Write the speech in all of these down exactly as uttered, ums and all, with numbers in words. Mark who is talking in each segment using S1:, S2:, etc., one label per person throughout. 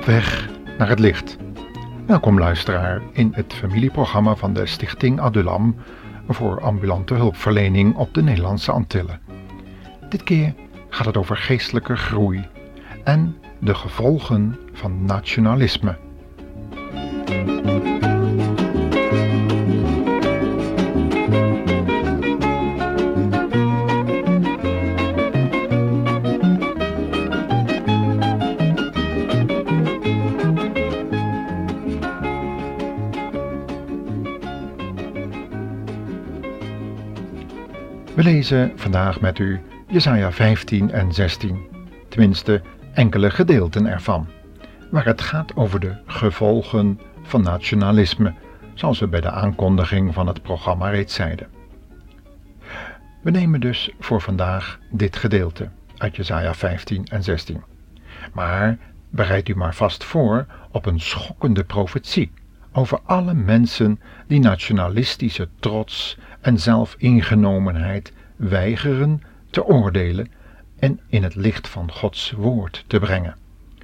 S1: Op weg naar het licht. Welkom luisteraar in het familieprogramma van de Stichting Adulam voor ambulante hulpverlening op de Nederlandse Antillen. Dit keer gaat het over geestelijke groei en de gevolgen van nationalisme. We lezen vandaag met u Jesaja vijftien en zestien, tenminste enkele gedeelten ervan, waar het gaat over de gevolgen van nationalisme, zoals we bij de aankondiging van het programma reeds zeiden. We nemen dus voor vandaag dit gedeelte uit Jesaja vijftien en zestien. Maar bereid u maar vast voor op een schokkende profetie over alle mensen die nationalistische trots en zelfingenomenheid weigeren te oordelen en in het licht van Gods woord te brengen.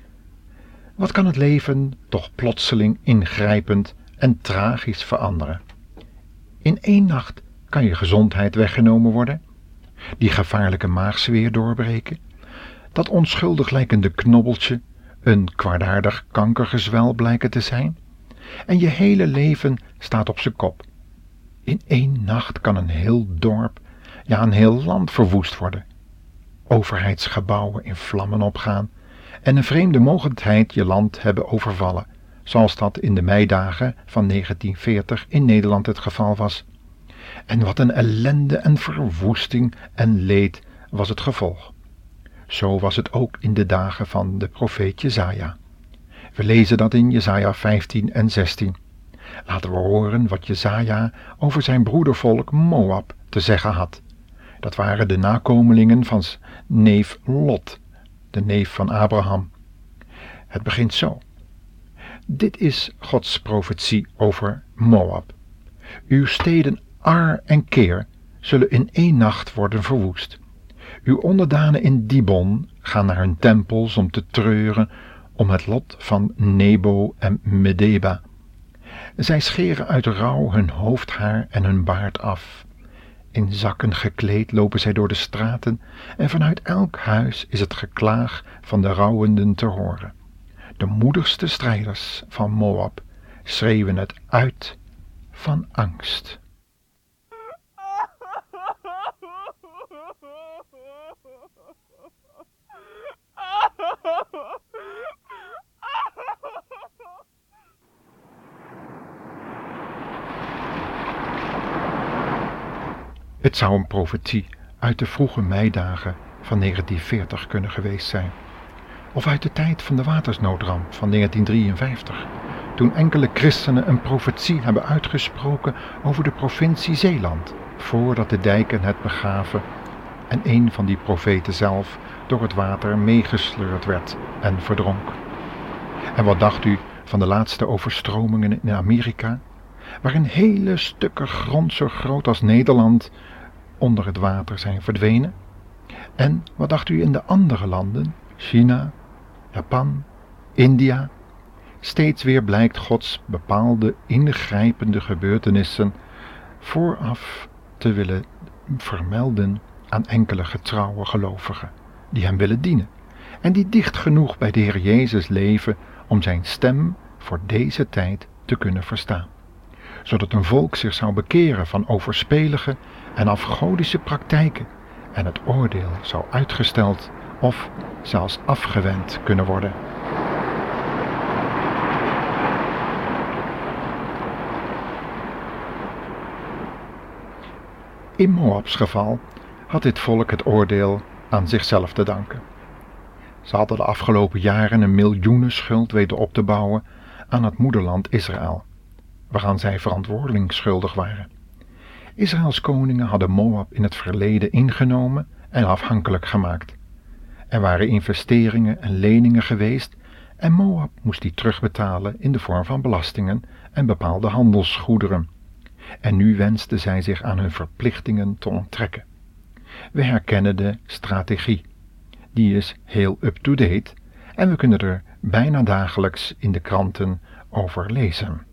S1: Wat kan het leven toch plotseling ingrijpend en tragisch veranderen? In één nacht kan je gezondheid weggenomen worden, die gevaarlijke maagzweer doorbreken, dat onschuldig lijkende knobbeltje een kwaadaardig kankergezwel blijken te zijn, en je hele leven staat op zijn kop. In één nacht kan een heel dorp, ja een heel land verwoest worden, overheidsgebouwen in vlammen opgaan en een vreemde mogendheid je land hebben overvallen, zoals dat in de meidagen van negentien veertig in Nederland het geval was. En wat een ellende en verwoesting en leed was het gevolg. Zo was het ook in de dagen van de profeet Jesaja. We lezen dat in Jesaja vijftien en zestien. Laten we horen wat Jesaja over zijn broedervolk Moab te zeggen had. Dat waren de nakomelingen van neef Lot, de neef van Abraham. Het begint zo. Dit is Gods profetie over Moab. Uw steden Ar en Keer zullen in één nacht worden verwoest. Uw onderdanen in Dibon gaan naar hun tempels om te treuren om het lot van Nebo en Medeba. Zij scheren uit rouw hun hoofdhaar en hun baard af. In zakken gekleed lopen zij door de straten en vanuit elk huis is het geklaag van de rouwenden te horen. De moedigste strijders van Moab schreeuwen het uit van angst. Het zou een profetie uit de vroege meidagen van negentien veertig kunnen geweest zijn. Of uit de tijd van de watersnoodramp van negentien drieënvijftig, toen enkele christenen een profetie hebben uitgesproken over de provincie Zeeland, voordat de dijken het begaven en een van die profeten zelf door het water meegesleurd werd en verdronk. En wat dacht u van de laatste overstromingen in Amerika, waarin hele stukken grond zo groot als Nederland onder het water zijn verdwenen? En wat dacht u in de andere landen, China, Japan, India? Steeds weer blijkt Gods bepaalde ingrijpende gebeurtenissen vooraf te willen vermelden aan enkele getrouwe gelovigen die hem willen dienen en die dicht genoeg bij de Heer Jezus leven om zijn stem voor deze tijd te kunnen verstaan, zodat een volk zich zou bekeren van overspelige en afgodische praktijken en het oordeel zou uitgesteld of zelfs afgewend kunnen worden. In Moabs geval had dit volk het oordeel aan zichzelf te danken. Ze hadden de afgelopen jaren een miljoenenschuld weten op te bouwen aan het moederland Israël, waaraan zij verantwoordelijk schuldig waren. Israëls koningen hadden Moab in het verleden ingenomen en afhankelijk gemaakt. Er waren investeringen en leningen geweest en Moab moest die terugbetalen in de vorm van belastingen en bepaalde handelsgoederen. En nu wensten zij zich aan hun verplichtingen te onttrekken. We herkennen de strategie. Die is heel up-to-date en we kunnen er bijna dagelijks in de kranten over lezen.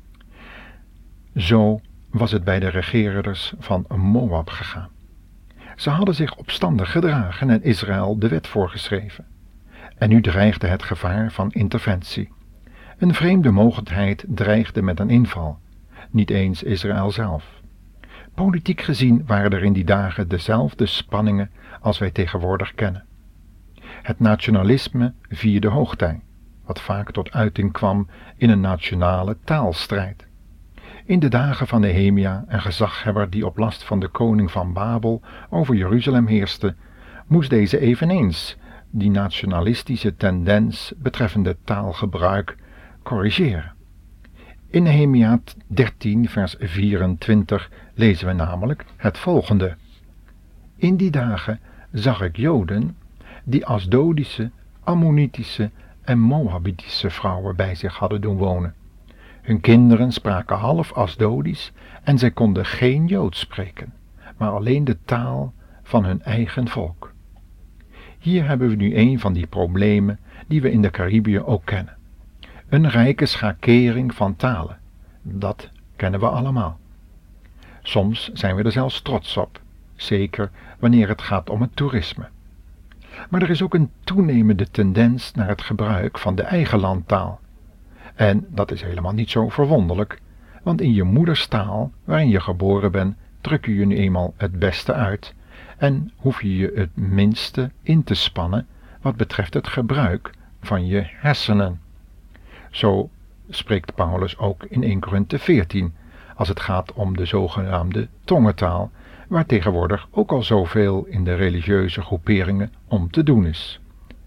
S1: Zo was het bij de regeerders van Moab gegaan. Ze hadden zich opstandig gedragen en Israël de wet voorgeschreven. En nu dreigde het gevaar van interventie. Een vreemde mogendheid dreigde met een inval, niet eens Israël zelf. Politiek gezien waren er in die dagen dezelfde spanningen als wij tegenwoordig kennen. Het nationalisme vierde hoogtij, wat vaak tot uiting kwam in een nationale taalstrijd. In de dagen van Nehemia, een gezaghebber die op last van de koning van Babel over Jeruzalem heerste, moest deze eveneens die nationalistische tendens betreffende taalgebruik corrigeren. In Nehemia dertien vers vierentwintig lezen we namelijk het volgende. In die dagen zag ik Joden die Asdodische, Ammonitische en Moabitische vrouwen bij zich hadden doen wonen. Hun kinderen spraken half Asdodisch en zij konden geen Joods spreken, maar alleen de taal van hun eigen volk. Hier hebben we nu een van die problemen die we in de Caribië ook kennen. Een rijke schakering van talen, dat kennen we allemaal. Soms zijn we er zelfs trots op, zeker wanneer het gaat om het toerisme. Maar er is ook een toenemende tendens naar het gebruik van de eigen landtaal. En dat is helemaal niet zo verwonderlijk, want in je moederstaal, waarin je geboren bent, druk je je nu eenmaal het beste uit en hoef je je het minste in te spannen wat betreft het gebruik van je hersenen. Zo spreekt Paulus ook in eerste Korinthe veertien, als het gaat om de zogenaamde tongentaal, waar tegenwoordig ook al zoveel in de religieuze groeperingen om te doen is.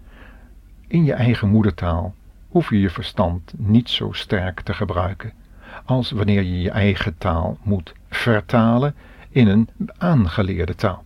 S1: In je eigen moedertaal hoef je je verstand niet zo sterk te gebruiken, als wanneer je je eigen taal moet vertalen in een aangeleerde taal.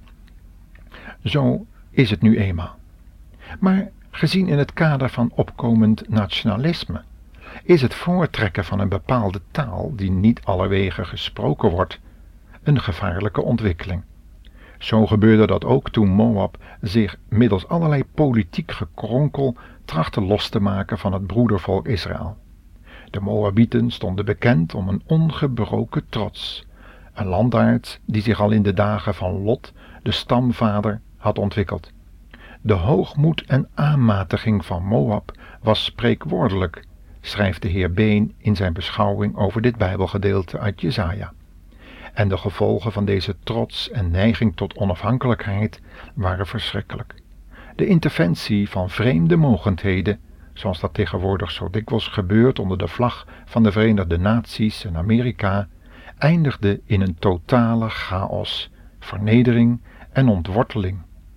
S1: Zo is het nu eenmaal. Maar gezien in het kader van opkomend nationalisme, is het voortrekken van een bepaalde taal die niet allerwege gesproken wordt, een gevaarlijke ontwikkeling. Zo gebeurde dat ook toen Moab zich middels allerlei politiek gekronkel trachtte los te maken van het broedervolk Israël. De Moabieten stonden bekend om een ongebroken trots, een landaard die zich al in de dagen van Lot, de stamvader, had ontwikkeld. De hoogmoed en aanmatiging van Moab was spreekwoordelijk, schrijft de heer Been in zijn beschouwing over dit Bijbelgedeelte uit Jesaja. En de gevolgen van deze trots en neiging tot onafhankelijkheid waren verschrikkelijk. De interventie van vreemde mogendheden, zoals dat tegenwoordig zo dikwijls gebeurt onder de vlag van de Verenigde Naties en Amerika, eindigde in een totale chaos, vernedering en ontworteling.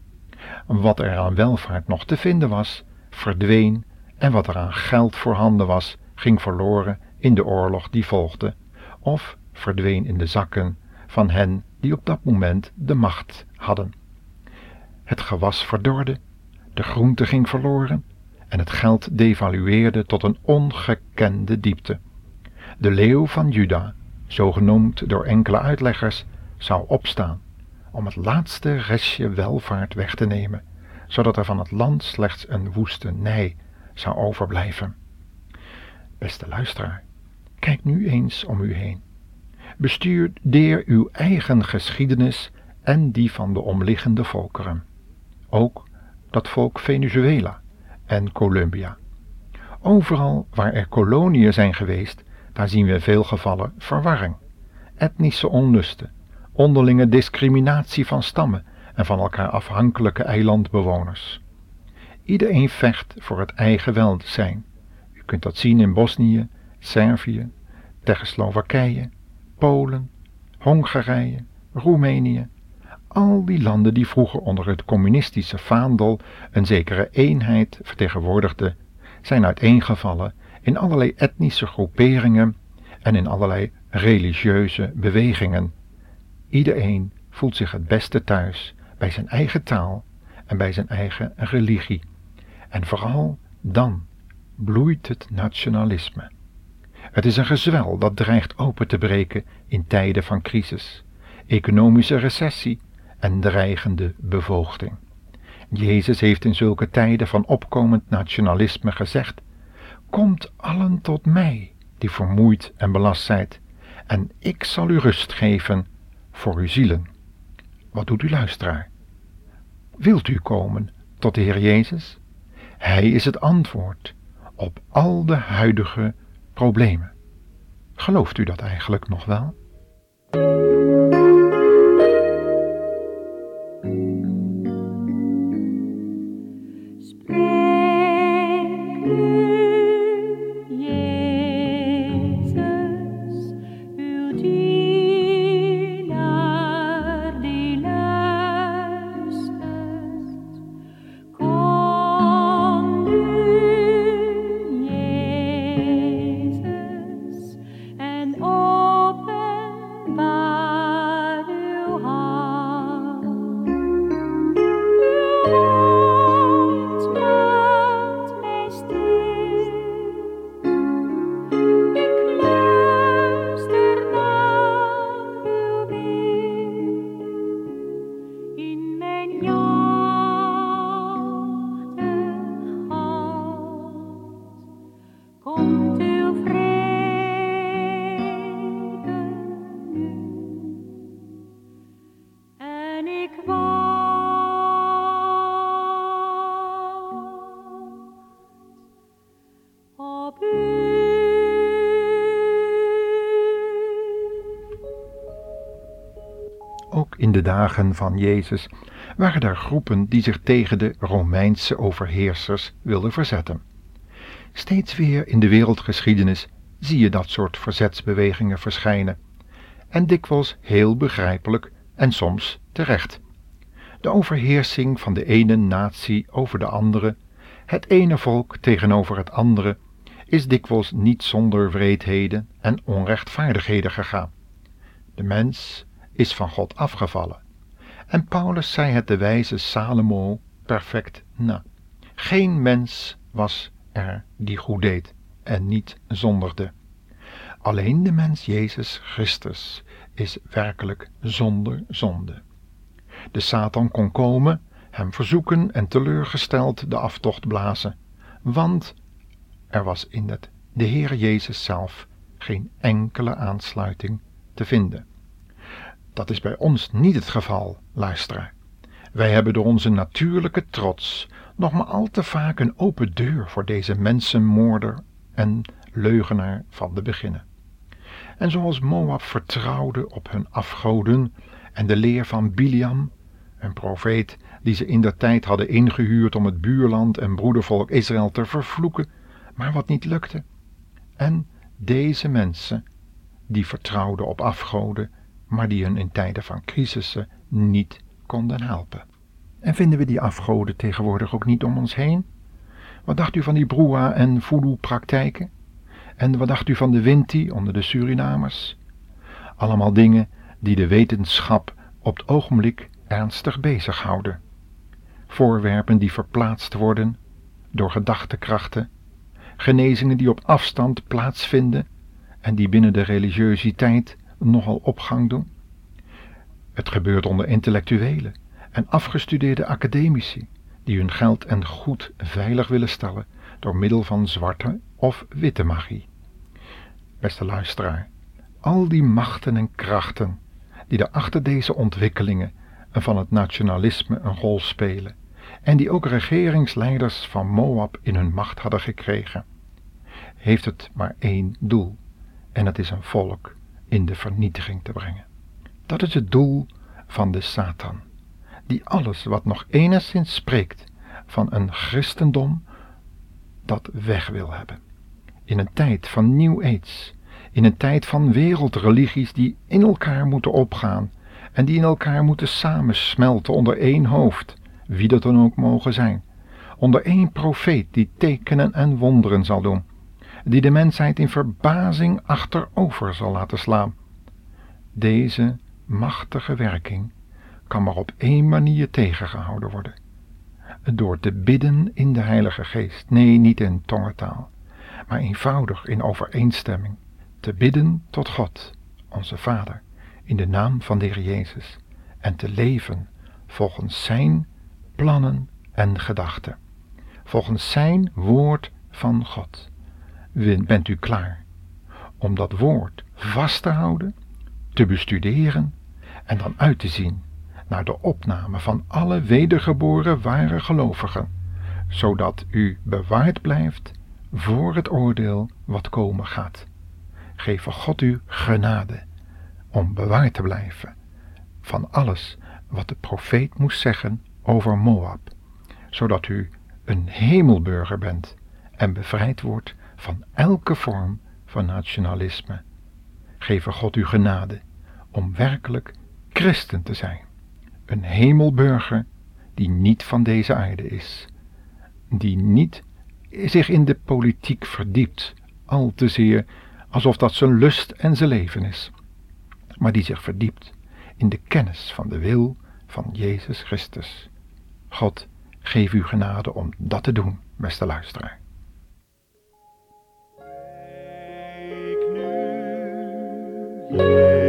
S1: Wat er aan welvaart nog te vinden was, verdween en wat er aan geld voorhanden was, ging verloren in de oorlog die volgde, of verdween in de zakken van hen die op dat moment de macht hadden. Het gewas verdorde, de groente ging verloren en het geld devalueerde tot een ongekende diepte. De leeuw van Juda, zo genoemd door enkele uitleggers, zou opstaan om het laatste restje welvaart weg te nemen, zodat er van het land slechts een woestenij zou overblijven. Beste luisteraar, kijk nu eens om u heen. Bestudeer uw eigen geschiedenis en die van de omliggende volkeren. Ook dat volk Venezuela en Colombia. Overal waar er koloniën zijn geweest, daar zien we in veel gevallen verwarring, etnische onlusten, onderlinge discriminatie van stammen en van elkaar afhankelijke eilandbewoners. Iedereen vecht voor het eigen welzijn. U kunt dat zien in Bosnië, Servië, Tsjechoslowakije, Polen, Hongarije, Roemenië. Al die landen die vroeger onder het communistische vaandel een zekere eenheid vertegenwoordigden, zijn uiteengevallen in allerlei etnische groeperingen en in allerlei religieuze bewegingen. Iedereen voelt zich het beste thuis bij zijn eigen taal en bij zijn eigen religie. En vooral dan bloeit het nationalisme. Het is een gezwel dat dreigt open te breken in tijden van crisis, economische recessie en dreigende bevoogding. Jezus heeft in zulke tijden van opkomend nationalisme gezegd Komt allen tot mij, die vermoeid en belast zijt, en ik zal u rust geven voor uw zielen. Wat doet u, luisteraar? Wilt u komen tot de Heer Jezus? Hij is het antwoord op al de huidige problemen. Gelooft u dat eigenlijk nog wel? Ook in de dagen van Jezus waren er groepen die zich tegen de Romeinse overheersers wilden verzetten. Steeds weer in de wereldgeschiedenis zie je dat soort verzetsbewegingen verschijnen, en dikwijls heel begrijpelijk en soms terecht. De overheersing van de ene natie over de andere, het ene volk tegenover het andere, is dikwijls niet zonder wreedheden en onrechtvaardigheden gegaan. De mens is van God afgevallen. En Paulus zei het de wijze Salomo perfect na. Geen mens was er die goed deed en niet zondigde. Alleen de mens Jezus Christus is werkelijk zonder zonde. De Satan kon komen, hem verzoeken en teleurgesteld de aftocht blazen, want er was in het de Heer Jezus zelf geen enkele aansluiting te vinden. Dat is bij ons niet het geval, luisteraar. Wij hebben door onze natuurlijke trots nog maar al te vaak een open deur voor deze mensenmoorder en leugenaar van de beginnen. En zoals Moab vertrouwde op hun afgoden en de leer van Biliam, een profeet die ze indertijd hadden ingehuurd om het buurland en broedervolk Israël te vervloeken, maar wat niet lukte. En deze mensen, die vertrouwden op afgoden, maar die hun in tijden van crisissen niet konden helpen. En vinden we die afgoden tegenwoordig ook niet om ons heen? Wat dacht u van die broeha- en voodoo-praktijken? En wat dacht u van de Winti onder de Surinamers? Allemaal dingen die de wetenschap op het ogenblik ernstig bezighouden. Voorwerpen die verplaatst worden door gedachtekrachten, genezingen die op afstand plaatsvinden en die binnen de religiositeit nogal opgang doen. Het gebeurt onder intellectuelen en afgestudeerde academici die hun geld en goed veilig willen stellen door middel van zwarte of witte magie. Beste luisteraar, al die machten en krachten die er achter deze ontwikkelingen van het nationalisme een rol spelen en die ook regeringsleiders van Moab in hun macht hadden gekregen, heeft het maar één doel, en dat is een volk in de vernietiging te brengen. Dat is het doel van de Satan, die alles wat nog enigszins spreekt van een christendom, dat weg wil hebben. In een tijd van New Age, in een tijd van wereldreligies die in elkaar moeten opgaan en die in elkaar moeten samensmelten onder één hoofd, wie dat dan ook mogen zijn, onder één profeet die tekenen en wonderen zal doen, die de mensheid in verbazing achterover zal laten slaan. Deze machtige werking kan maar op één manier tegengehouden worden. Door te bidden in de Heilige Geest, nee, niet in tongentaal, maar eenvoudig in overeenstemming, te bidden tot God, onze Vader, in de naam van de Heer Jezus, en te leven volgens zijn plannen en gedachten, volgens zijn woord van God, bent u klaar om dat woord vast te houden, te bestuderen en dan uit te zien naar de opname van alle wedergeboren ware gelovigen, zodat u bewaard blijft voor het oordeel wat komen gaat. Geef God u genade om bewaard te blijven van alles wat de profeet moest zeggen over Moab, zodat u een hemelburger bent en bevrijd wordt van elke vorm van nationalisme. Geef God u genade om werkelijk christen te zijn, een hemelburger die niet van deze aarde is, die niet zich in de politiek verdiept, al te zeer alsof dat zijn lust en zijn leven is, maar die zich verdiept in de kennis van de wil van Jezus Christus. God, geef u genade om dat te doen, beste luisteraar.
S2: Take